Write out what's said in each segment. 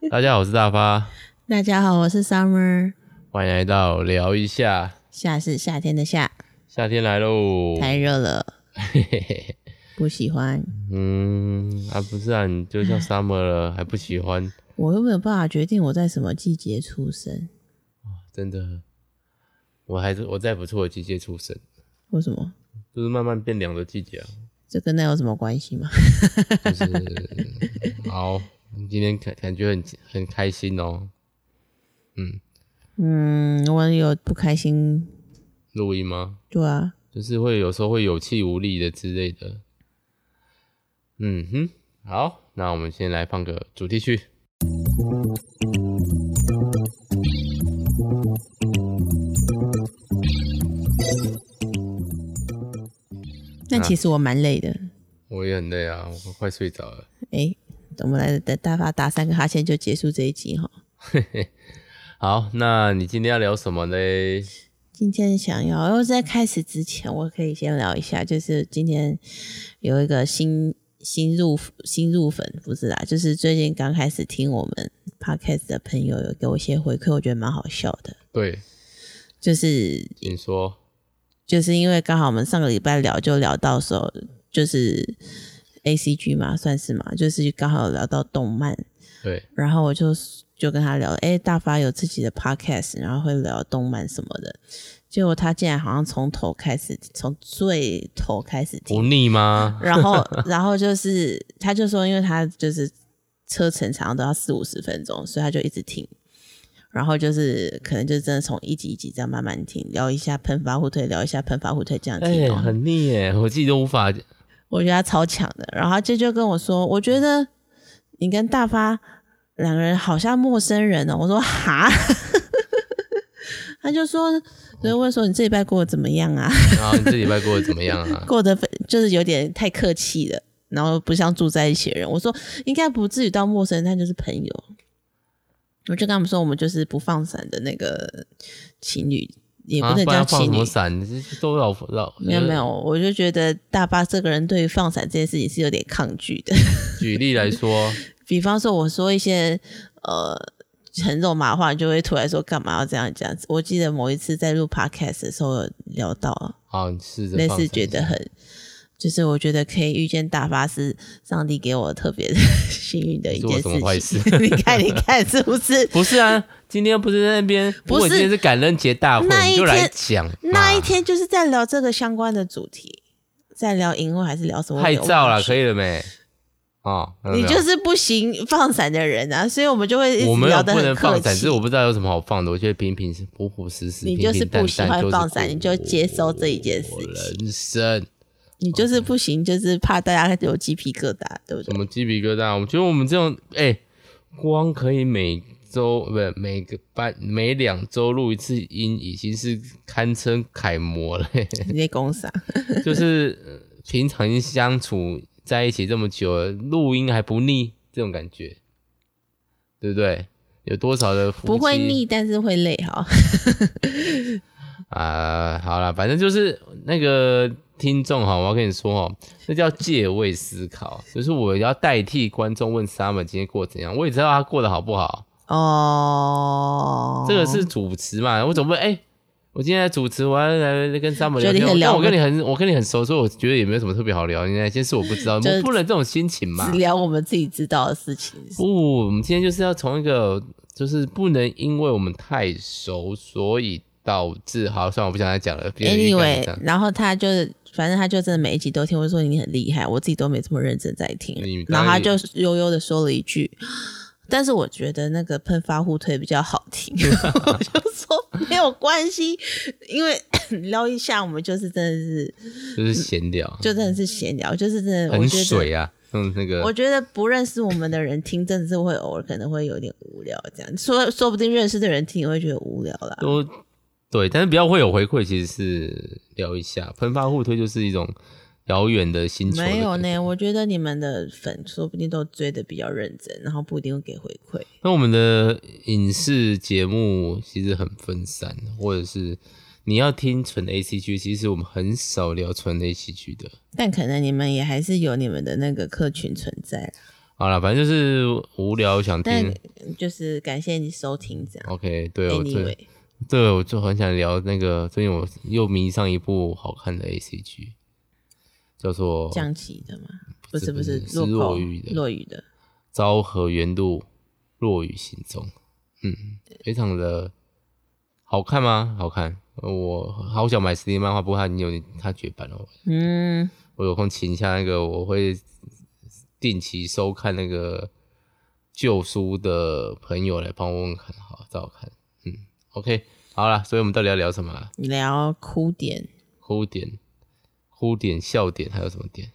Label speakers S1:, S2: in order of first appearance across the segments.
S1: 大家好，我是大发。
S2: 大家好，我是 Summer。
S1: 欢迎来到聊一下。
S2: 夏是夏天的夏，
S1: 夏天来喽，
S2: 太热了，不喜欢。
S1: 不是啊，你就像 Summer 了，还不喜欢？
S2: 我又没有办法决定我在什么季节出生。
S1: 真的，我在不错的季节出生。
S2: 为什么？
S1: 就是慢慢变凉的季节啊。
S2: 这跟那有什么关系吗？
S1: 就是好，今天感觉很开心哦。
S2: 我有不开心。
S1: 录音吗？
S2: 对啊，
S1: 就是有时候会有气无力的之类的。好，那我们先来放个主题曲。
S2: 但其实我蛮累的。
S1: 我也很累啊，我快睡着了。
S2: 我们来等大发打3个哈欠就结束这一集哈。
S1: 好，那你今天要聊什么嘞？
S2: 今天在开始之前，我可以先聊一下，就是今天有一个新入粉，不是啦，就是最近刚开始听我们 podcast 的朋友有给我一些回馈，我觉得蛮好笑的。
S1: 对，
S2: 就是
S1: 请说。
S2: 就是因为刚好我们上个礼拜聊到时候，就是 ACG 嘛，算是嘛，就是刚好聊到动漫。
S1: 对，
S2: 然后我就跟他聊，大发有自己的 podcast， 然后会聊动漫什么的。结果他竟然好像从最头开始听，
S1: 不腻吗？
S2: 然后就是他就说，因为他就是车程常常都要40-50分钟，所以他就一直听。然后就是可能就是真的从一集一集这样慢慢听，聊一下喷发互推，聊一下喷发互推这样听。
S1: 很腻耶，我自己都无法。
S2: 我觉得他超强的。然后他就跟我说，我觉得你跟大发两个人好像陌生人哦。我说哈，他就说，就问说你这礼拜过得怎么样啊？
S1: 然后你这礼拜过得怎么样啊？
S2: 过得就是有点太客气了，然后不像住在一起的人。我说应该不至于到陌生人，但就是朋友。我就跟他们说，我们就是不放闪的那个情侣，也不能叫情侣。
S1: 放什么闪？都老
S2: 没有，我就觉得大巴这个人对于放闪这件事情是有点抗拒的。
S1: 举例来说，
S2: 比方说我说一些很肉麻话，你就会突然说干嘛要这样子。我记得某一次在录 podcast 的时候有聊到，类似觉得很。就是我觉得可以遇见大发是上帝给我特别幸运的一件事情。你看是不是？
S1: 不是啊，今天不是在那边，不是今天是感恩节大会，你就来讲。
S2: 那一天就是在聊这个相关的主题，在聊萤火还是聊什么？
S1: 太燥了，可以了没？
S2: 你就是不行放闪的人啊，所以我们就会一直聊得很客气。我们有不能放闪，
S1: 只是我不知道有什么好放的。我觉得平平是朴朴实实，
S2: 你就是不喜欢放闪，你就接收这一件事情。
S1: 人生。
S2: 你就是不行，就是怕大家有鸡皮疙瘩，对不对？
S1: 什么鸡皮疙瘩？我觉得我们这种，光可以每2周录一次音，已经是堪称楷模了。
S2: 你在公啥？
S1: 就是平常已经相处在一起这么久了，录音还不腻，这种感觉，对不对？有多少的夫妻
S2: 不会腻，但是会累哈。
S1: 好啦，反正就是那个听众哈，我要跟你说那叫借位思考，就是我要代替观众问 Summer 今天过得怎样，我也知道他过得好不好这个是主持嘛，我总不我今天来主持，我要来跟 Summer 聊天，我跟你很熟，所以我觉得也没有什么特别好聊，因为那件事我不知道，我不能这种心情嘛，
S2: 只聊我们自己知道的事情。
S1: 不，我们今天就是要从一个就是不能因为我们太熟，所以导致好，算了，我不想再讲了。
S2: Anyway， 然后他就是反正他就真的每一集都听，我说你很厉害，我自己都没这么认真在听。然后他就悠悠的说了一句，但是我觉得那个喷发互推比较好听。我就说没有关系，因为聊一下我们就是真的是
S1: 就是闲聊，
S2: 就真的是闲聊，就是真的
S1: 很水啊。
S2: 我觉得不认识我们的人听真的是会偶尔可能会有点无聊，这样说不定认识的人听也会觉得无聊啦。
S1: 对，但是比较会有回馈，其实是聊一下喷发互推，就是一种遥远的星球的。
S2: 没有呢，我觉得你们的粉说不定都追的比较认真，然后不一定会给回馈。
S1: 那我们的影视节目其实很分散，或者是你要听纯 ACG， 其实我们很少聊纯 ACG 的。
S2: 但可能你们也还是有你们的那个客群存在。
S1: 好啦，反正就是无聊想听，
S2: 就是感谢你收听这样。
S1: OK， 对
S2: ，anyway，
S1: 对，我就很想聊那个，最近我又迷上一部好看的 ACG， 叫做
S2: 降旗的吗？不是，
S1: 落雨的昭和元禄落雨行踪，非常的好看吗？好看，我好想买实体漫画，不过它绝版了。我有空请一下那个，我会定期收看那个旧书的朋友来帮我问看，好找看。OK， 好啦，所以我们到底要聊什么啦？
S2: 聊哭点、
S1: 笑点，还有什么点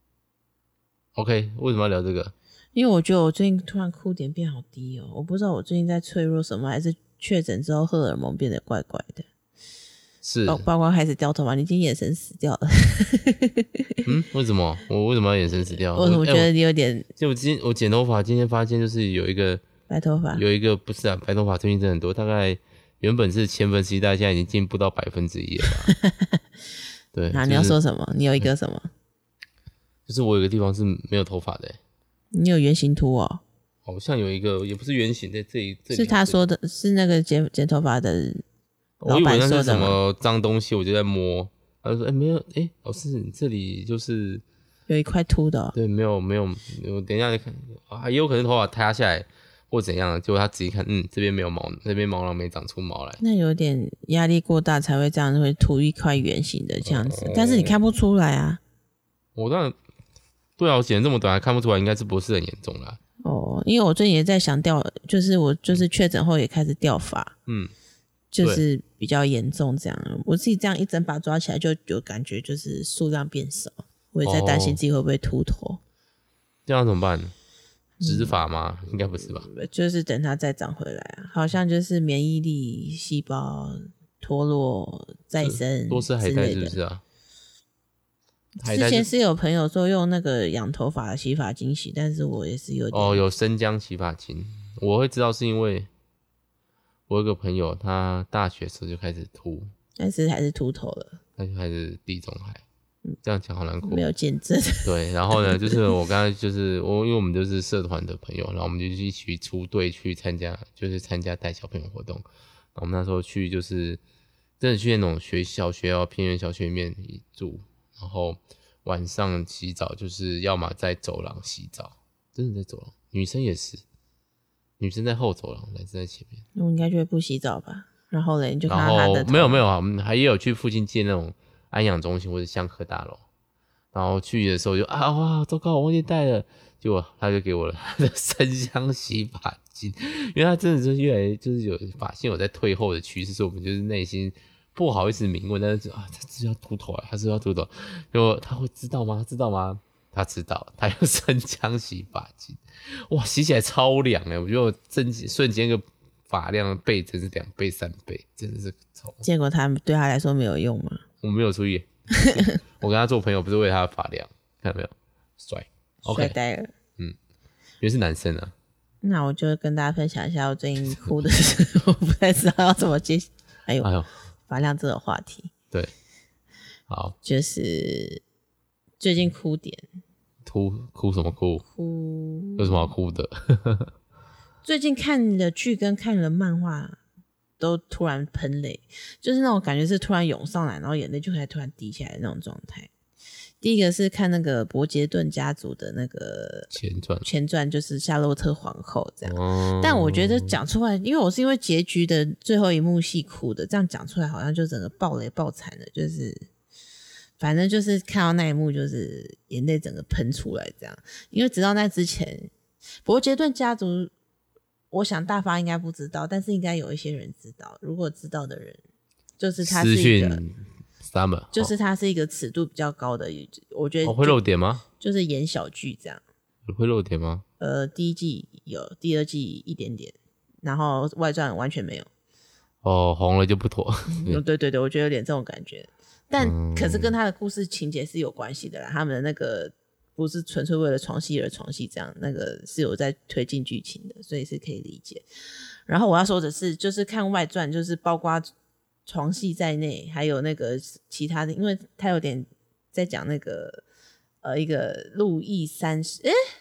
S1: ？OK， 为什么要聊这个？
S2: 因为我觉得我最近突然哭点变好低哦，我不知道我最近在脆弱什么，还是确诊之后荷尔蒙变得怪怪的。
S1: 是，
S2: 包括开始掉头发，你已经眼神死掉了。
S1: 为什么？我为什么要眼神死掉？
S2: 我觉得你有点……
S1: 就我剪头发，今天发现就是有一个
S2: 白头发，
S1: 有一个不是啊，白头发最近真的很多，大概原本是1/1000，现在已经进步到1%了吧？对，
S2: 你要说什么？你有一个什么？
S1: 就是我有个地方是没有头发的。
S2: 你有圆形秃哦？
S1: 好像有一个，也不是圆形的，这里
S2: 是他说的，是那个剪头发的
S1: 老板说的吗？我以为那是什么脏东西，我就在摸，他就说：“没有，老师，你这里就是
S2: 有一块秃的。”
S1: 对，没有，我等一下再看，也有可能头发塌下来或怎样，结果他仔细看，这边没有毛，那边毛囊没长出毛来，
S2: 那有点压力过大才会这样，会秃一块圆形的这样子，但是你看不出来啊。
S1: 我当然。对啊，我剪这么短还看不出来，应该是不是很严重啦。
S2: 因为我最近也在想掉，就是我就是确诊后也开始掉发，就是比较严重这样。我自己这样一整把抓起来，就有感觉就是数量变少，我也在担心自己会不会秃头。
S1: 这样怎么办？植发吗？应该不是吧？
S2: 就是等它再长回来啊，好像就是免疫力细胞脱落再生
S1: 多吃海带是不是啊？
S2: 之前是有朋友说用那个养头发的洗发精洗，但是我也是有点
S1: 有生姜洗发精，我会知道是因为我有个朋友他大学时候就开始秃，
S2: 但是还是秃头了，
S1: 他就开始地中海，这样讲好难过，
S2: 没有见证。
S1: 对，然后呢，就是我刚才就是因为我们就是社团的朋友，然后我们就一起出队去参加带小朋友活动，然后我们那时候去就是真的去那种小学校偏远小学里面住。然后晚上洗澡就是要么在走廊洗澡，真的在走廊，女生也是，女生在后走廊，男生在前面。
S2: 我应该就会不洗澡吧？然后嘞，你就看到他的头。
S1: 没有啊，我们还有去附近借那种安养中心或者香客大楼，然后去的时候就哇，糟糕，我忘记带了，结果他就给我了他的生姜洗发精，因为他真的是越来就是有发现有在退后的趋势，所以我们就是内心。不好意思明问，但是他是要秃头他是要秃头，就他会知道吗？他知道，他用生姜洗发精，哇，洗起来超凉我觉得我瞬间个发量倍真是2倍3倍，真的是超。
S2: 结果对他来说没有用吗？
S1: 我没有注意，我跟他做朋友不是为了他的发量，看到没有？帅
S2: 呆了，
S1: 因为是男生啊。
S2: 那我就跟大家分享一下我最近哭的事，我不太知道要怎么接。哎呦。发量这种话题，
S1: 对，好，
S2: 就是最近哭点，
S1: 哭什么哭？有什么好哭的？
S2: 最近看了剧跟看了漫画，都突然喷泪，就是那种感觉是突然涌上来，然后眼泪就会突然滴下来的那种状态。第一个是看那个伯杰顿家族的那个前传，就是夏洛特皇后这样。但我觉得讲出来，因为我是因为结局的最后一幕戏哭的，这样讲出来好像就整个爆雷爆惨了，就是反正就是看到那一幕就是眼泪整个喷出来这样。因为直到那之前，伯杰顿家族，我想大发应该不知道，但是应该有一些人知道。如果知道的人，就是他是一个。
S1: Summer,
S2: 就是它是一个尺度比较高的，我觉得
S1: 会漏点吗？
S2: 就是演小剧这样。
S1: 会漏点吗？
S2: 第一季有，第二季一点点，然后外传完全没有。
S1: 红了就不妥。
S2: 对，我觉得有点这种感觉。但可是跟他的故事情节是有关系的啦，他们的那个不是纯粹为了床戏而床戏这样，那个是有在推进剧情的，所以是可以理解。然后我要说的是，就是看外传，就是包括床戏在内，还有那个其他的，因为他有点在讲那个一个路易30，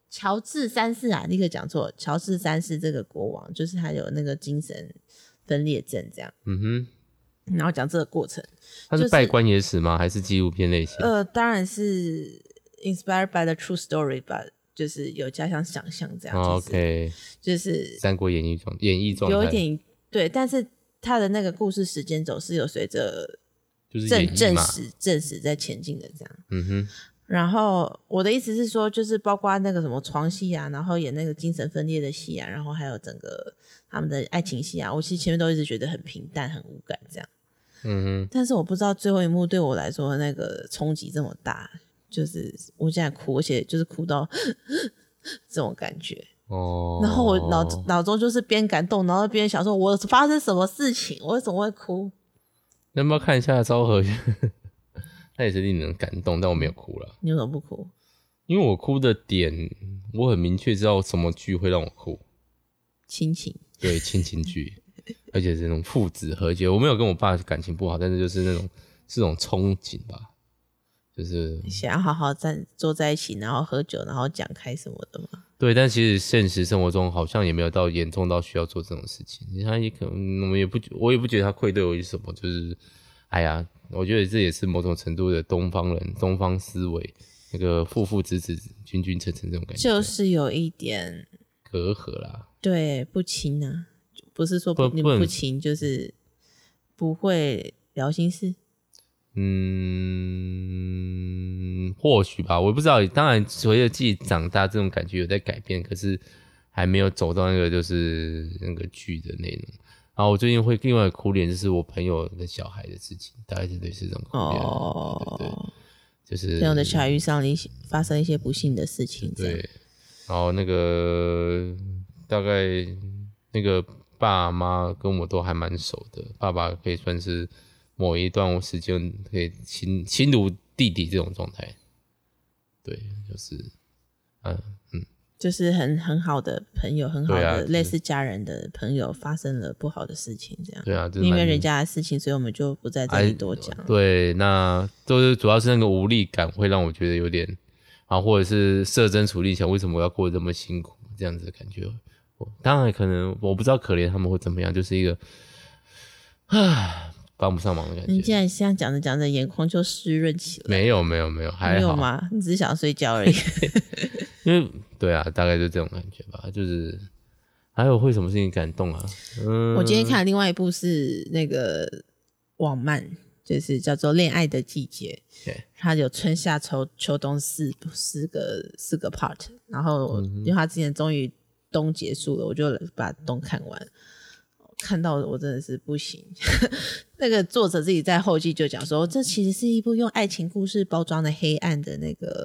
S2: 乔治三世啊，立刻讲错，乔治三世这个国王就是他有那个精神分裂症这样。然后讲这个过程，
S1: 他是拜官野史吗？还是纪录片类型？
S2: 当然是 inspired by the true story 吧，就是有加上想象这样。
S1: OK，
S2: 就是
S1: 《三国演义》状态，
S2: 有一点对，但是他的那个故事时间轴是有随着
S1: 就是
S2: 正史在前进的这样。然后我的意思是说，就是包括那个什么床戏啊，然后演那个精神分裂的戏啊，然后还有整个他们的爱情戏啊，我其实前面都一直觉得很平淡、很无感这样。但是我不知道最后一幕对我来说那个冲击这么大，就是我现在哭，而且就是哭到这种感觉。然后我脑中就是边感动，然后边想说我发生什么事情，我为什么会哭？
S1: 要不要看一下昭和？那也是令人感动，但我没有哭了。
S2: 你为什么不哭？
S1: 因为我哭的点，我很明确知道什么剧会让我哭。
S2: 亲情，
S1: 对，亲情剧。而且是那种父子和解，我没有跟我爸感情不好，但是就是那种是种憧憬吧，就是
S2: 想要好好坐在一起，然后喝酒，然后讲开什么的嘛。
S1: 对，但其实现实生活中好像也没有到严重到需要做这种事情。他也可能我也不觉得他愧对我是什么，就是哎呀，我觉得这也是某种程度的东方思维，那个父子君臣这种感觉，
S2: 就是有一点
S1: 隔阂啦。对，
S2: 不亲啊。不是说你们不亲，就是不会聊心事。
S1: 或许吧，我不知道。当然，随着自己长大，这种感觉有在改变，可是还没有走到那个就是那个剧的内容。然后我最近会另外哭点，就是我朋友的小孩的事情，大概是类似这种哭点。对，就是
S2: 朋友的小孩遇上发生一些不幸的事情。
S1: 对，然后那个大概那个。爸妈跟我都还蛮熟的，爸爸可以算是某一段时间可以亲如弟弟这种状态。对，就是
S2: 就是很好的朋友，很好的类似家人的朋友发生了不好的事情，这样。
S1: 对啊，
S2: 因为人家的事情，所以我们就不在这里多讲。
S1: 对，那就是主要是那个无力感会让我觉得有点或者是设身处地想为什么我要过得这么辛苦这样子的感觉。当然可能我不知道可怜他们会怎么样，就是一个帮不上忙的感觉。
S2: 你既然这样讲着讲着眼眶就湿润起来。
S1: 没有还好。
S2: 没有吗？你只是想睡觉而已。
S1: 因为对啊，大概就这种感觉吧。就是还有会什么事情感动啊？
S2: 我今天看的另外一部是那个网漫，就是叫做《恋爱的季节》。它有春夏秋冬四个 part， 然后因为它之前终于冬结束了，我就把冬看完，看到我真的是不行。那个作者自己在后记就讲说，这其实是一部用爱情故事包装的黑暗的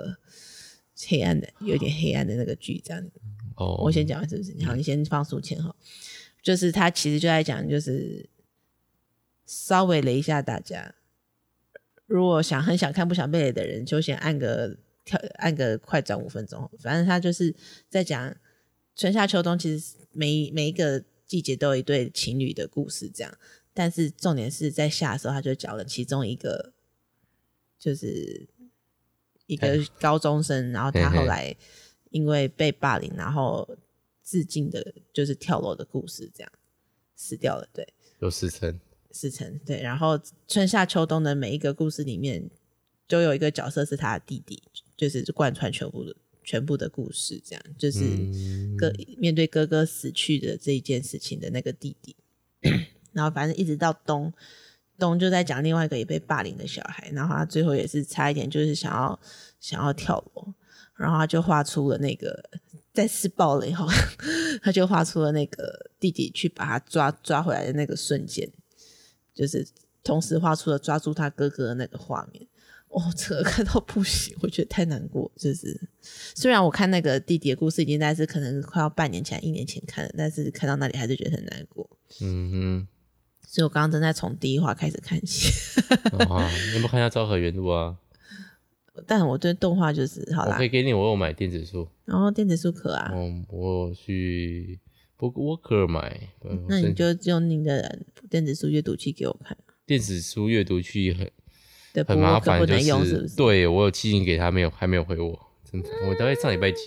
S2: 有点黑暗的那个剧这样。我先讲完是不是？好，你先放书签哈。就是他其实就在讲，就是稍微雷一下大家，如果很想看不想被雷的人，就先按个快转5分钟。反正他就是在讲春夏秋冬，其实每一个季节都有一对情侣的故事这样，但是重点是在夏的时候他就讲了其中一个，就是一个高中生，然后他后来因为被霸凌然后自尽的，就是跳楼的故事这样死掉了。对，
S1: 有4层
S2: 对。然后春夏秋冬的每一个故事里面都有一个角色是他的弟弟，就是贯穿全部的故事这样，就是面对哥哥死去的这一件事情的那个弟弟。然后反正一直到冬就在讲另外一个也被霸凌的小孩，然后他最后也是差一点就是想要跳楼，然后他就画出了那个再次爆了以后他就画出了那个弟弟去把他抓回来的那个瞬间，就是同时画出了抓住他哥哥的那个画面。这个看到不行，我觉得太难过。就是虽然我看那个弟弟的故事已经大概是可能快要半年前1年前看了，但是看到那里还是觉得很难过。所以我刚刚正在从第一话开始看起。
S1: 你有没有看一下昭和原路啊？
S2: 但我对动画就是好啦，
S1: 我可以给你，我有买电子书。
S2: 然后电子书壳啊，
S1: 我有去 BookWalker 买。
S2: 那你就用你的电子书阅读器给我看。
S1: 电子书阅读器很麻烦，
S2: 不能用是不是？
S1: 对，我有寄信给他，还没有回我，真的。我大概上礼拜几嘞？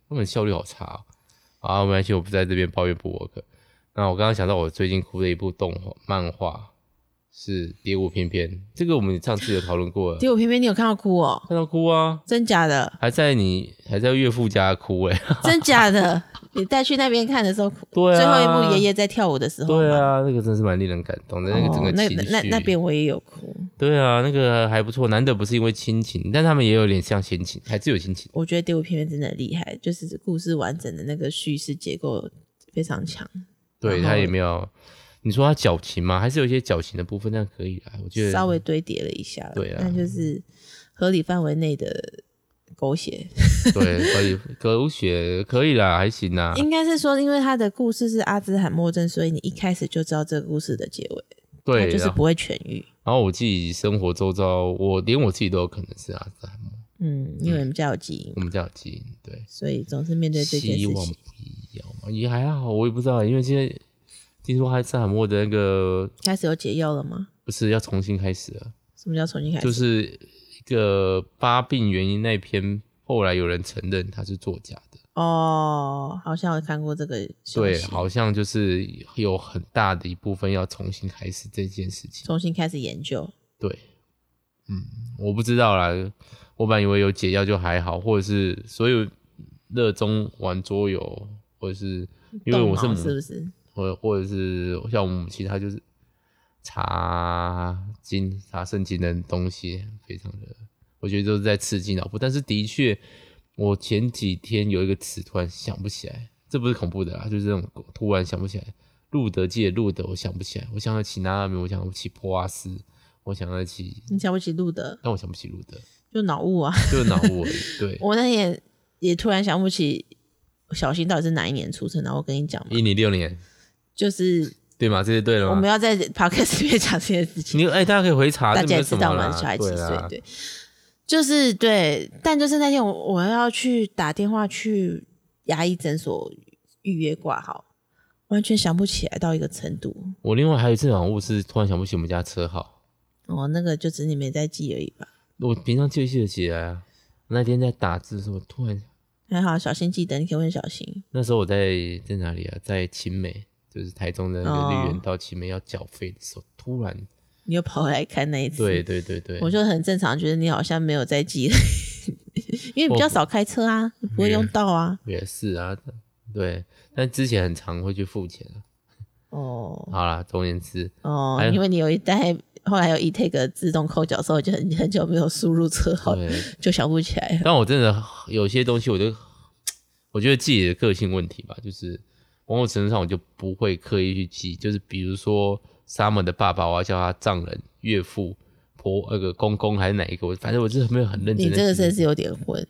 S1: 他们效率好差哦。好，没关系，我不在这边抱怨不 work。那我刚刚想到我最近哭的一部漫画是《蝶舞翩翩》，这个我们上次有讨论过了。
S2: 蝶舞翩翩，你有看到哭哦？
S1: 看到哭啊？
S2: 真假的？
S1: 还在岳父家哭欸。
S2: 真假的？你带去那边看的时候，
S1: 对啊，
S2: 最后一幕爷爷在跳舞的时候，
S1: 对啊，那个真是蛮令人感动的，那个整个情绪，
S2: 那边我也有哭。
S1: 对啊，那个还不错，难得不是因为亲情，但他们也有点像亲情，还是有亲情。
S2: 我觉得《蝶舞翩翩》真的厉害，就是故事完整的那个叙事结构非常强。
S1: 对，他也没有，你说他矫情吗？还是有一些矫情的部分，但可以啦，我觉得
S2: 稍微堆叠了一下，
S1: 对啊，
S2: 但就是合理范围内的狗血。
S1: 对，可以狗血可以啦，还行啦。
S2: 应该是说，因为他的故事是阿兹海默症，所以你一开始就知道这个故事的结尾，
S1: 对，
S2: 他就是不会痊愈。
S1: 然后我自己生活周遭，连我自己都有可能是阿兹海默。
S2: 因为我们家有基因，
S1: 我们家有基因，对，
S2: 所以总是面对这件事情。
S1: 希望不一样嘛，也还好，我也不知道，因为现在听说阿兹海默的那个
S2: 开始有解药了吗？
S1: 不是，要重新开始了。
S2: 什么叫重新开始？
S1: 就是一个发病原因那篇，后来有人承认他是作假的。
S2: 哦，好像有看过这个消息。
S1: 对，好像就是有很大的一部分要重新开始这件事情，
S2: 重新开始研究。
S1: 对，我不知道啦，我本来以为有解药就还好，或者是所有热衷玩桌游，或者是因为我是
S2: 是不是？
S1: 或者是像我们母亲，她就是查圣经的东西，非常的，我觉得都是在刺激脑部。但是的确，我前几天有一个词突然想不起来，这不是恐怖的啦，就是这种突然想不起来。路德记的路德，我想不起来，我想得起纳尔米，我想得起波阿斯，我想得起，
S2: 你想不起路德，
S1: 但我想不起路德，
S2: 就脑雾啊，
S1: 就是脑雾而已。对，
S2: 我那天也突然想不起小新到底是哪一年出生的，我跟你讲嘛
S1: ，1006年，
S2: 就是
S1: 对吗？这些对了吗？
S2: 我们要在 podcast 里面讲这件事情，
S1: 大家可以回查，
S2: 大家也知道嘛，小孩几岁？对，就是对，但就是那天我要去打电话去牙医诊所预约挂号。完全想不起来到一个程度。
S1: 我另外还有一次脑雾是突然想不起我们家车号。
S2: 哦，那个就只是你没在记而已吧。
S1: 我平常记得起来啊。那天在打字的时候，突然
S2: 还好，小新记得，你可以问小新。
S1: 那时候我在哪里啊？在勤美，就是台中的那个绿园到勤美要缴费的时候，突然
S2: 你又跑回来看那一次。
S1: 对，
S2: 我就很正常，觉得你好像没有在记，因为比较少开车啊，你不会用到啊。
S1: 也是啊，对。但之前很常会去付钱啊。
S2: 哦，
S1: 好啦，总而言之，
S2: 因为你有一代后来有 e-take 自动扣缴之后，就很久没有输入车号，就想不起来了。
S1: 但我真的有些东西，我觉得自己的个性问题吧，就是某种程度上我就不会刻意去记，就是比如说 Summer 的爸爸，我要叫他丈人、岳父、那个公公还是哪一个，反正我就是没有很认真的记。
S2: 你这个真是有点混。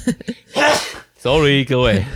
S1: Sorry 各位。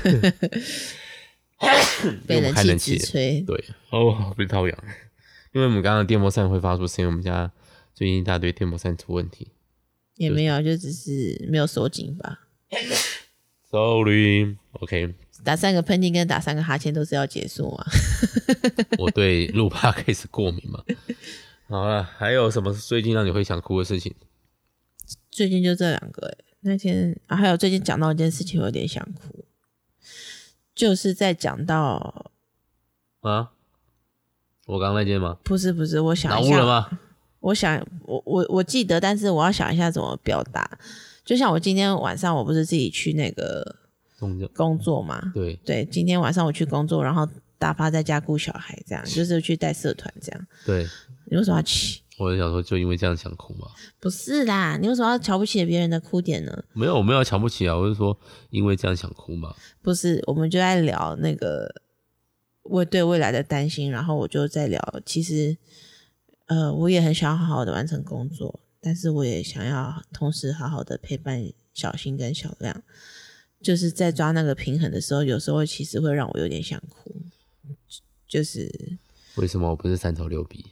S2: 被人气直吹，
S1: 对，被掏痒。因为我们刚刚电风扇会发出声音，我们家最近一大堆电风扇出问题。
S2: 也没有，就只是没有锁紧吧。
S1: Sorry， OK。
S2: 打3个喷嚏跟打3个哈欠都是要结束吗？
S1: 我对录 podcast 过敏嘛。好了，还有什么最近让你会想哭的事情？
S2: 最近就这2个那天还有最近讲到一件事情，我有点想哭。就是在讲到
S1: 啊，我刚刚那件吗？
S2: 不是，我想一下，
S1: 脑雾了吗？
S2: 我想我记得，但是我要想一下怎么表达。就像我今天晚上我不是自己去那个工作嘛？对，今天晚上我去工作，然后大发在家顾小孩，这样就是去带社团这样。
S1: 对，
S2: 你为什么要气？
S1: 我就想说，就因为这样想哭嘛？不
S2: 是啦，你为什么要瞧不起别人的哭点呢？
S1: 没有，我没有瞧不起啊，我是说因为这样想哭嘛。
S2: 不是，我们就在聊那个我对未来的担心，然后我就在聊，其实我也很想要好好的完成工作，但是我也想要同时好好的陪伴小新跟小亮，就是在抓那个平衡的时候，有时候其实会让我有点想哭。就是
S1: 为什么我不是3头6臂？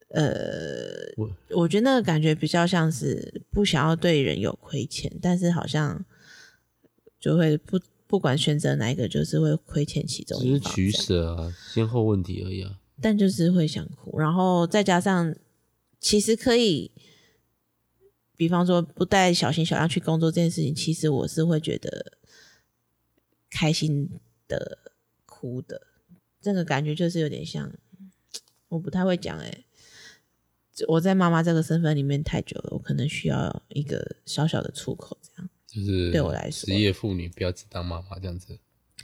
S2: 我觉得那个感觉比较像是不想要对人有亏欠，但是好像就会不管选择哪一个，就是会亏欠其中一方，
S1: 只是取舍啊，先后问题而已啊。
S2: 但就是会想哭，然后再加上其实可以，比方说不带小新小亮去工作这件事情，其实我是会觉得开心的哭的，这个感觉就是有点像，我不太会讲我在妈妈这个身份里面太久了，我可能需要一个小小的出口，这样
S1: 就是
S2: 对我来说，
S1: 职业妇女不要只当妈妈这样子，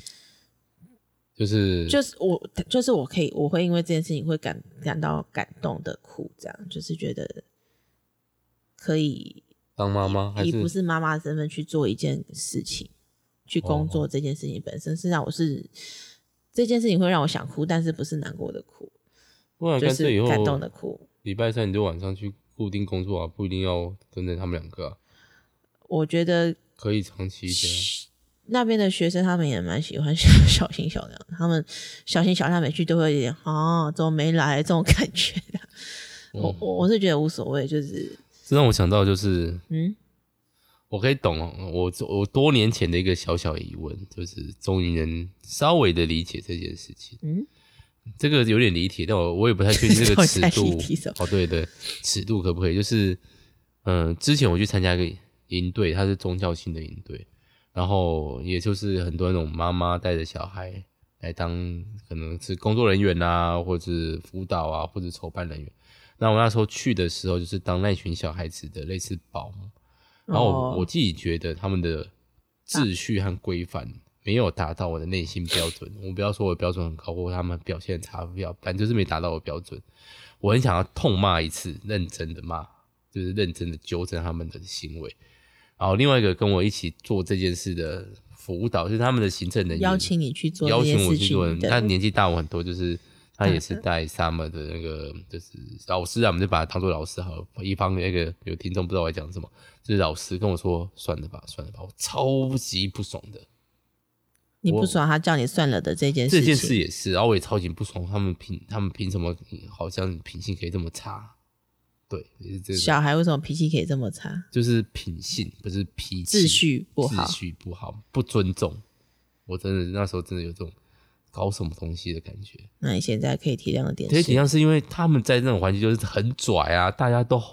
S1: 就是
S2: 我会因为这件事情会感到感动的哭，这样就是觉得可以
S1: 当妈妈，
S2: 以不是妈妈的身份去做一件事情，去工作这件事情本身是让我这件事情会让我想哭，但是不是难过的哭，就是感动的哭。
S1: 礼拜三你就晚上去固定工作啊，不一定要跟着他们两个啊。
S2: 我觉得
S1: 可以长期一点。
S2: 那边的学生他们也蛮喜欢小心小亮，他们小心小亮每句都会有点怎么没来这种感觉的。我是觉得无所谓，就是
S1: 这让我想到就是我可以懂我多年前的一个小小疑问，就是终于能稍微的理解这件事情。这个有点离题，但我也不太确定这个尺度对，尺度可不可以？就是之前我去参加一个营队，它是宗教性的营队，然后也就是很多那种妈妈带着小孩来当可能是工作人员啊，或者是辅导啊，或者筹办人员。那我那时候去的时候，就是当那群小孩子的类似保姆。然后我自己觉得他们的秩序和规范没有达到我的内心标准。我不要说我的标准很高，或他们表现差，但就是没达到我的标准。我很想要痛骂一次，认真的骂，就是认真的纠正他们的行为。然后另外一个跟我一起做这件事的辅导，就是他们的行政人员
S2: 邀请你去做这件事情，
S1: 邀请我去做，他年纪大我很多，就是他也是带 Summer 的那个就是老师啊，我们就把他当做老师好了。一方那个有听众不知道我在讲什么，就是老师跟我说算了吧，我超级不爽的。
S2: 你不爽他叫你算了的这件事情，
S1: 这件事也是，然后我也超级不爽，他们凭什么好像品性可以这么差？对，也是这个
S2: 小孩为什么脾气可以这么差？
S1: 就是品性，不是脾气，
S2: 秩序不
S1: 好，不尊重。我真的那时候真的有这种搞什么东西的感觉。
S2: 那你现在可以体谅的点是，
S1: 可以体谅是因为他们在那种环境就是很拽啊，大家都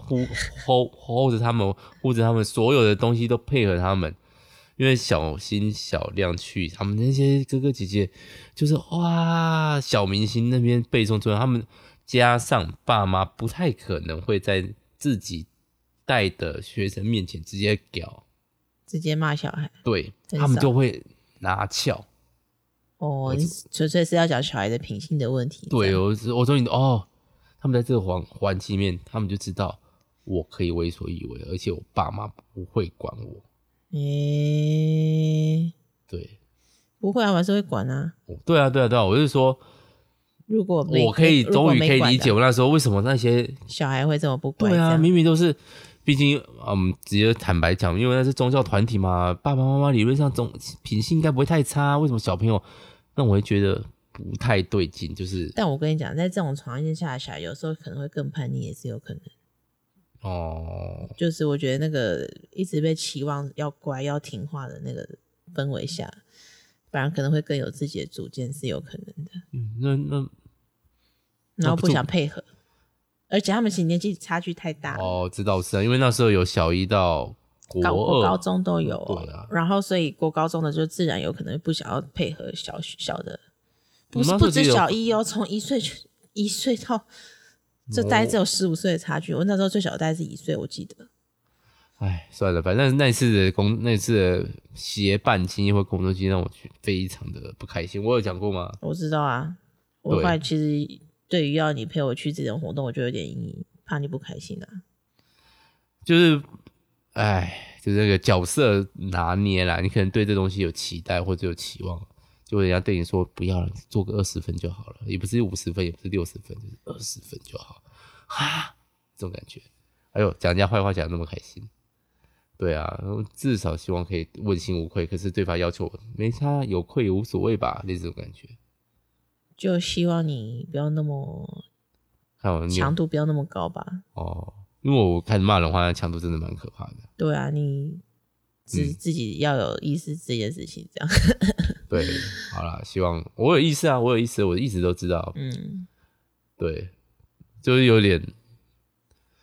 S1: hold着他们，护着他们，所有的东西都配合他们。因为小心小亮去，他们那些哥哥姐姐就是哇，小明星那边背诵出来，他们加上爸妈不太可能会在自己带的学生面前直接屌，
S2: 直接骂小孩，
S1: 对，他们就会拿翘。
S2: 你纯粹是要讲小孩的品性的问题。
S1: 对，我终于他们在这个环境里面，他们就知道我可以为所欲为，而且我爸妈不会管我。对，
S2: 不会啊，我还是会管啊。
S1: 对啊，我是说，
S2: 如果
S1: 我终于可以理解我那时候为什么那些
S2: 小孩会这么不乖。
S1: 对啊，明明都是，毕竟直接坦白讲，因为那是宗教团体嘛，爸爸妈妈理论上品性应该不会太差，为什么小朋友让我会觉得不太对劲？就是，
S2: 但我跟你讲，在这种环境下的小孩，有时候可能会更叛逆，也是有可能。就是我觉得那个一直被期望要乖要听话的那个氛围下，反而可能会更有自己的主见，是有可能的。然后不想配合，而且他们其实年纪差距太大了。
S1: 知道是啊，因为那时候有小一到国
S2: 高中都有，
S1: 对啊。
S2: 然后所以国高中的就自然有可能不想要配合小的，不止小一从1岁到。就大概只有15岁的差距，我那时候最小的大概是1岁，我记得。
S1: 算了，反正那次的协办青年会工作经验让我非常的不开心。我有讲过吗？
S2: 我知道啊，我后来其实对于要你陪我去这种活动，我就有点阴影，怕你不开心啊。就是
S1: 那个角色拿捏啦，你可能对这东西有期待或者有期望。就人家对你说不要了，做个20分就好了，也不是50分，也不是60分，就是20分就好这种感觉。讲人家坏话讲得那么开心，对啊，至少希望可以问心无愧。可是对方要求我没差，有愧也无所谓吧，类似这种感觉。
S2: 就希望你不要那么强度不要那么高吧。
S1: 因为我看骂人话，强度真的蛮可怕的。
S2: 对啊，你自己要有意识这件事情，这样。
S1: 对，好啦，希望我有意识啊，我一直都知道。对，就是有点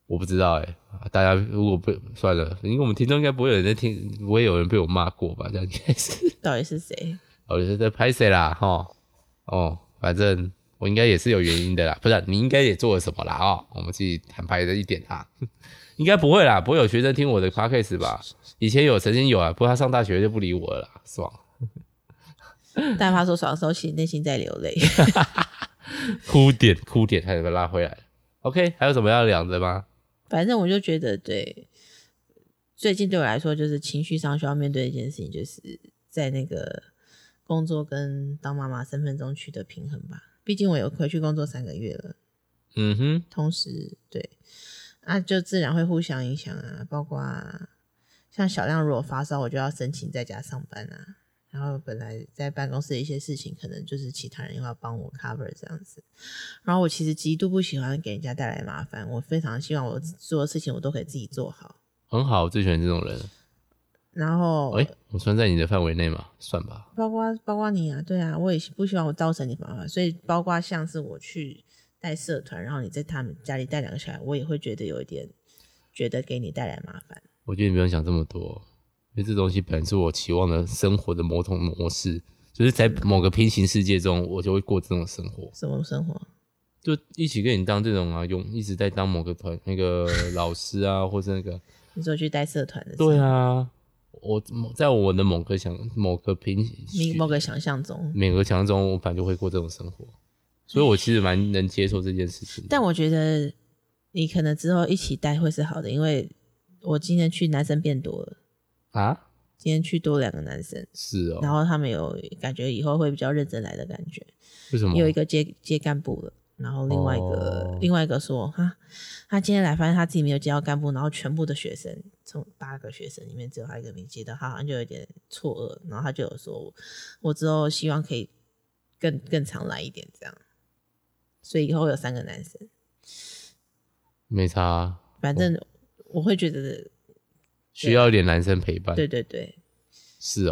S1: 我不知道大家如果不算了，因为我们听众应该不会有人在听，不会有人被我骂过吧？这样应该是
S2: 到底是谁？
S1: 我就是在拍谁啦反正我应该也是有原因的啦，不是你应该也做了什么啦我们自己坦白的一点应该不会啦，不会有学生听我的 podcast 吧？以前曾经有不过他上大学就不理我了啦，爽。
S2: 但他说爽的时候，其实内心在流泪。
S1: 哭点，他就被拉回来了。OK， 还有什么要聊的吗？
S2: 反正我就觉得，对，最近对我来说，就是情绪上需要面对的一件事情，就是在那个工作跟当妈妈身份中取得平衡吧。毕竟我有回去工作3个月了，同时对就自然会互相影响包括像小亮如果发烧，我就要申请在家上班然后本来在办公室的一些事情，可能就是其他人要帮我 cover 这样子。然后我其实极度不喜欢给人家带来麻烦，我非常希望我做的事情我都可以自己做好。
S1: 很好，我最喜欢这种人。
S2: 然后
S1: 我算在你的范围内嘛，算吧。
S2: 包括你对我也不希望我造成你麻烦，所以包括像是我去带社团，然后你在他们家里带2个小孩，我也会觉得有一点觉得给你带来麻烦。
S1: 我觉得你不用想这么多。因为这东西本来是我期望的生活的某种模式，就是在某个平行世界中，我就会过这种生活。
S2: 什么生活？
S1: 就一起跟你当这种一直在当某个团那个老师或是那个
S2: 你说去带社团的时候？
S1: 对我在我的某个想象中，
S2: 每个想象
S1: 中，我反正就会过这种生活，所以我其实蛮能接受这件事情的。
S2: 但我觉得你可能之后一起带会是好的，因为我今天去男生变多了。今天去多2个男生，
S1: 是
S2: 然后他们有感觉以后会比较认真来的感觉。
S1: 为什么？
S2: 有一个接干部了，然后另外一个说他今天来发现他自己没有接到干部，然后全部的学生从8个学生里面只有他一个没接到，他好像就有点错愕，然后他就有说我之后希望可以更常来一点这样，所以以后有3个男生。
S1: 没差
S2: 反正我会觉得
S1: 需要一点男生陪伴。
S2: 对对对，
S1: 是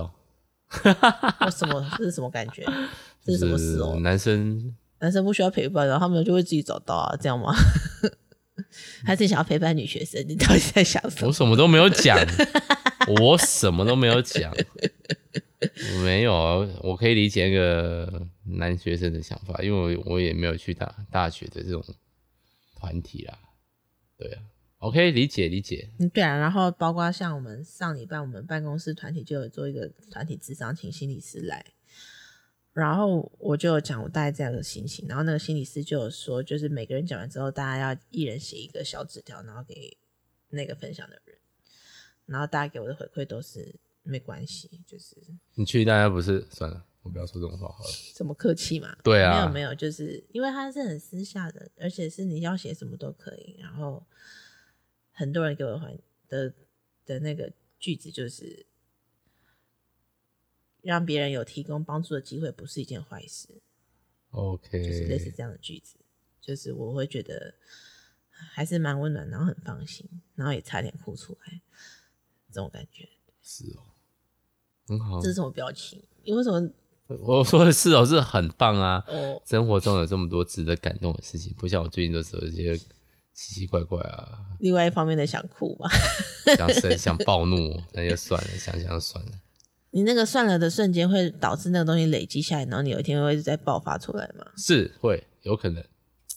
S2: 这是什么感觉？这是什么事
S1: 男生
S2: 不需要陪伴，然后他们就会自己找到这样吗？还是想要陪伴女学生？你到底在想什么？
S1: 我什么都没有讲，我什么都没有讲，没有我可以理解那个男学生的想法，因为我也没有去大学的这种团体啦，对OK， 理解。
S2: 对然后包括像我们上礼拜我们办公室团体就有做一个团体咨商，请心理师来，然后我就有讲我大概这样的心情，然后那个心理师就有说，就是每个人讲完之后，大家要一人写一个小纸条，然后给那个分享的人，然后大家给我的回馈都是没关系，就是
S1: 你去大家不是算了，我不要说这种话好了。
S2: 这么客气嘛？
S1: 对
S2: 没有，就是因为他是很私下的，而且是你要写什么都可以，然后很多人给我的那个句子就是让别人有提供帮助的机会不是一件坏事。
S1: OK，
S2: 就是类似这样的句子，就是我会觉得还是蛮温暖，然后很放心，然后也差点哭出来，这种感觉。
S1: 是很好。
S2: 这是什么表情？你为什么？
S1: 我说的是是很棒生活中有这么多值得感动的事情，不像我最近都是有一些奇奇怪怪
S2: 另外一方面的想哭吧，
S1: 想暴怒，那就算了，想就算了。
S2: 你那个算了的瞬间会导致那个东西累积下来，然后你有一天会再爆发出来吗？
S1: 是会有可能。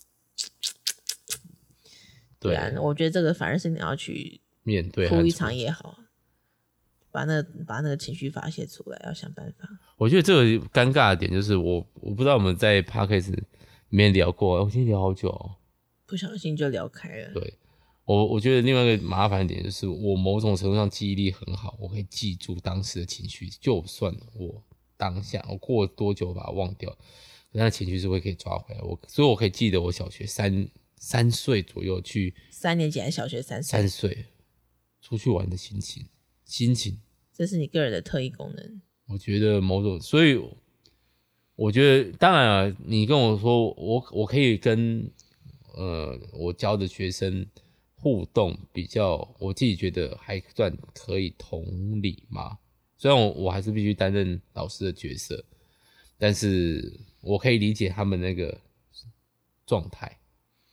S1: 对
S2: 我觉得这个反而是你要去
S1: 面对，
S2: 哭一场也好，把那个情绪发泄出来，要想办法。
S1: 我觉得这个尴尬的点就是我不知道我们在 Podcast 里面聊过，我今天聊好久
S2: 不小心就聊开了。
S1: 对，我觉得另外一个麻烦的点就是我某种程度上记忆力很好，我可以记住当时的情绪，就算我当下我过多久把它忘掉，可那情绪是会可以抓回来。所以我可以记得我小学三岁左右去
S2: 3年级还是小学3岁
S1: 出去玩的心情，
S2: 这是你个人的特异功能。
S1: 我觉得所以我觉得当然你跟我说我可以跟我教的学生互动比较，我自己觉得还算可以同理嘛。虽然我还是必须担任老师的角色，但是我可以理解他们那个状态。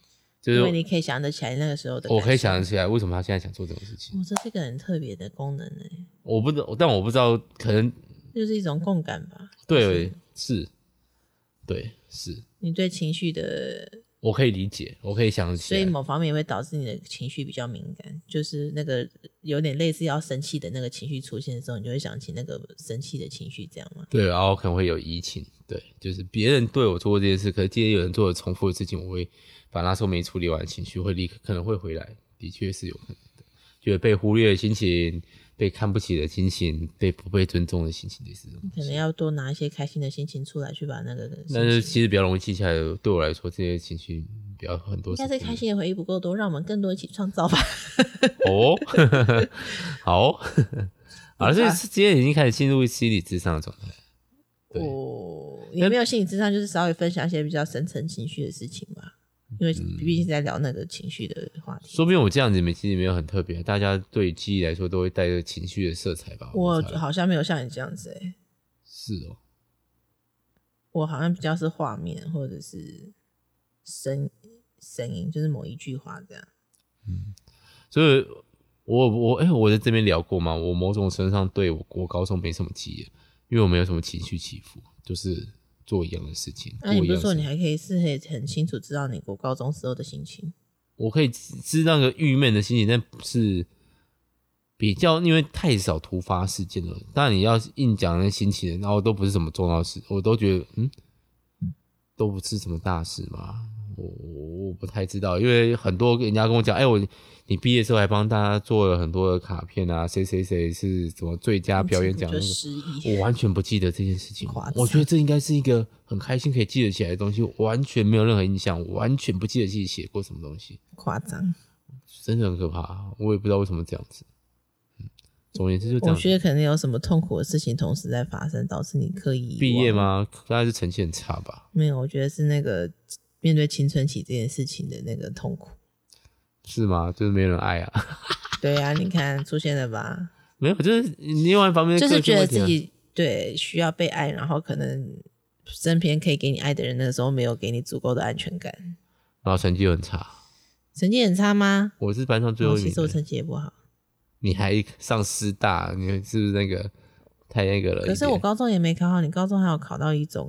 S1: 就是
S2: 因为你可以想得起来那个时候的感受。
S1: 我可以想得起来为什么他现在想做这种事情。
S2: 这是一个很特别的功能
S1: 但我不知道，可能
S2: 就是一种共感吧。
S1: 对，是，对，是。
S2: 你对情绪的，
S1: 我可以理解，我可以想起来。
S2: 所以某方面会导致你的情绪比较敏感，就是那个有点类似要生气的那个情绪出现的时候，你就会想起那个生气的情绪，这样吗？
S1: 对，然后可能会有移情，对，就是别人对我做过这件事，可是今天有人做了重复的事情，我会把那时候没处理完的情绪会立刻可能会回来，的确是有可能的，觉得被忽略的心情，被看不起的心情，被不被尊重的心情，类似这种。
S2: 可能要多拿一些开心的心情出来，去把那个。
S1: 但是其实比较容易记起来的，对我来说，这些情绪比较很多。
S2: 应该是开心的回忆不够多，让我们更多一起创造吧。
S1: 哦，好，好了，所以今天已经开始进入心理咨商的状态。
S2: 也没有心理咨商，就是稍微分享一些比较深层情绪的事情吧。因为毕竟是在聊那个情绪的话题。
S1: 说不定我这样子其实没有很特别，大家对记忆来说都会带着情绪的色彩吧。
S2: 我好像没有像你这样子
S1: 是哦。
S2: 我好像比较是画面或者是声音，就是某一句话这样。
S1: 所以我在这边聊过嘛，我某种程度上对我高中没什么记忆，因为我没有什么情绪起伏，就是做一样的事情。
S2: 那你不是说你还可以很清楚知道你国高中时候的心情？
S1: 我可以知道那个郁闷的心情，但是比较因为太少突发事件了。当然你要硬讲那心情，然后都不是什么重要事，我都觉得都不是什么大事嘛。我不太知道，因为很多人家跟我讲，你毕业的时候还帮大家做了很多的卡片啊，谁谁谁是什么最佳表演奖那个，我完全不记得这件事情。我觉得这应该是一个很开心可以记得起来的东西，我完全没有任何印象，我完全不记得自己写过什么东西，
S2: 夸张，
S1: 真的很可怕。我也不知道为什么这样子。总而言之就这样。
S2: 我觉得可能有什么痛苦的事情同时在发生，导致你刻意
S1: 毕业吗？大概是成绩很差吧。
S2: 没有，我觉得是那个面对青春期这件事情的那个痛苦。
S1: 是吗？就是没人爱啊。
S2: 对啊，你看出现了吧？
S1: 没有，就是另外一方面
S2: 就是觉得自己对需要被爱，然后可能身边可以给你爱的人那个时候没有给你足够的安全感，
S1: 然后成绩又很差。
S2: 成绩很差吗？
S1: 我是班上最后一名。
S2: 其实我成绩也不好。你
S1: 还上师大，你是不是那个太那个了？
S2: 可是我高中也没考好，你高中还有考到一中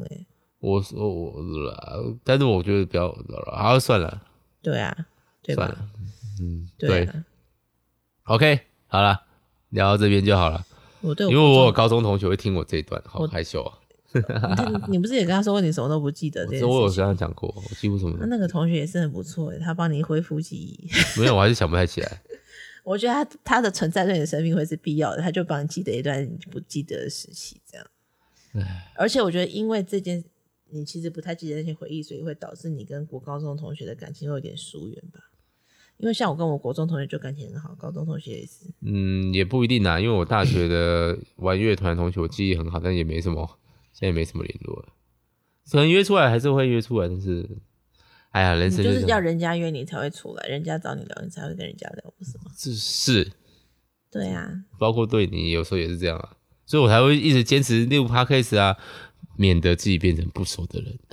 S1: 但是我觉得比较好，算了。
S2: 对啊，对吧？
S1: 算了，对。OK， 好了，聊到这边就好了。因为我有高中同学会听我这一段，好害羞啊。
S2: 你不是也跟他说过你什么都不记得？
S1: 我有跟他讲过，我几乎什么。
S2: 那个同学也是很不错他帮你恢复记忆。
S1: 没有，我还是想不太起来。
S2: 我觉得他的存在对你的生命会是必要的，他就帮你记得一段你不记得的时期，这样。而且我觉得，因为这件你其实不太记得那些回忆，所以会导致你跟国高中同学的感情会有点疏远吧。因为像我跟我国中同学就感情很好，高中同学也是。也
S1: 不一定啊，因为我大学的玩乐团同学我记忆很好，但也没什么，现在也没什么联络了。可能约出来还是会约出来，但是。哎呀，人生
S2: 就是要人家约你才会出来，人家找你聊你才会跟人家聊，不是吗？
S1: 是，
S2: 对啊，
S1: 包括对你有时候也是这样啊，所以我才会一直坚持录 podcast 啊，免得自己变成不熟的人。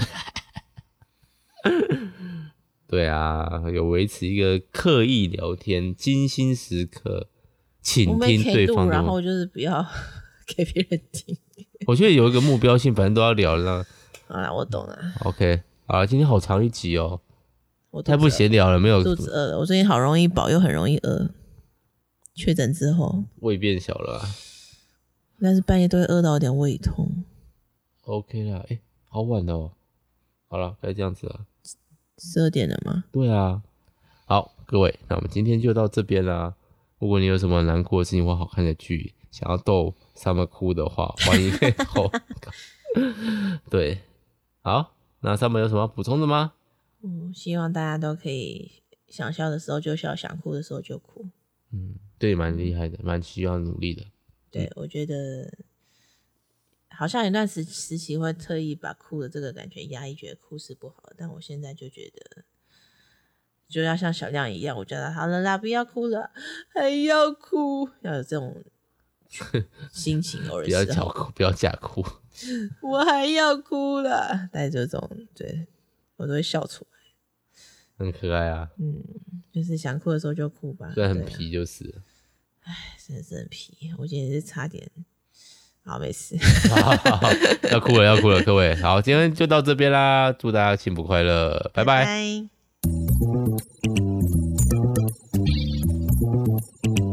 S1: 对啊，有维持一个刻意聊天、精心时刻，倾听对方的，
S2: 然后就是不要给别人听。
S1: 我觉得有一个目标性，反正都要聊了。
S2: 好啦，我懂了。
S1: OK。好了，今天好长一集哦，我太不闲聊了，没有
S2: 肚子饿了。我最近好容易饱，又很容易饿。确诊之后，
S1: 胃变小了啊，
S2: 但是半夜都会饿到有点胃痛。
S1: OK 啦，好晚了哦。好了，该这样子了。
S2: 12点了吗？
S1: 对啊。好，各位，那我们今天就到这边啦。如果你有什么难过的事情或好看的剧，想要逗Summer哭的话，欢迎投稿。对，好。那Summer有什么要补充的吗？
S2: 希望大家都可以想笑的时候就笑，想哭的时候就哭。
S1: 对，蛮厉害的，蛮需要努力的。
S2: 对，我觉得好像有段时期会特意把哭的这个感觉压抑，觉得哭是不好的，但我现在就觉得就要像小亮一样，我叫他好了啦，不要哭了，还要哭，要有这种心情，偶尔
S1: 不要假哭，不要假哭。
S2: 我还要哭了，带这种，对，我都会笑出来。
S1: 很可爱啊。
S2: 就是想哭的时候就哭吧。
S1: 虽然很皮就是了。
S2: 真的是很皮，我今天是差点。好，没事。
S1: 好，要哭了，各位。好，今天就到这边啦，祝大家幸福快乐，拜拜。
S2: 拜拜。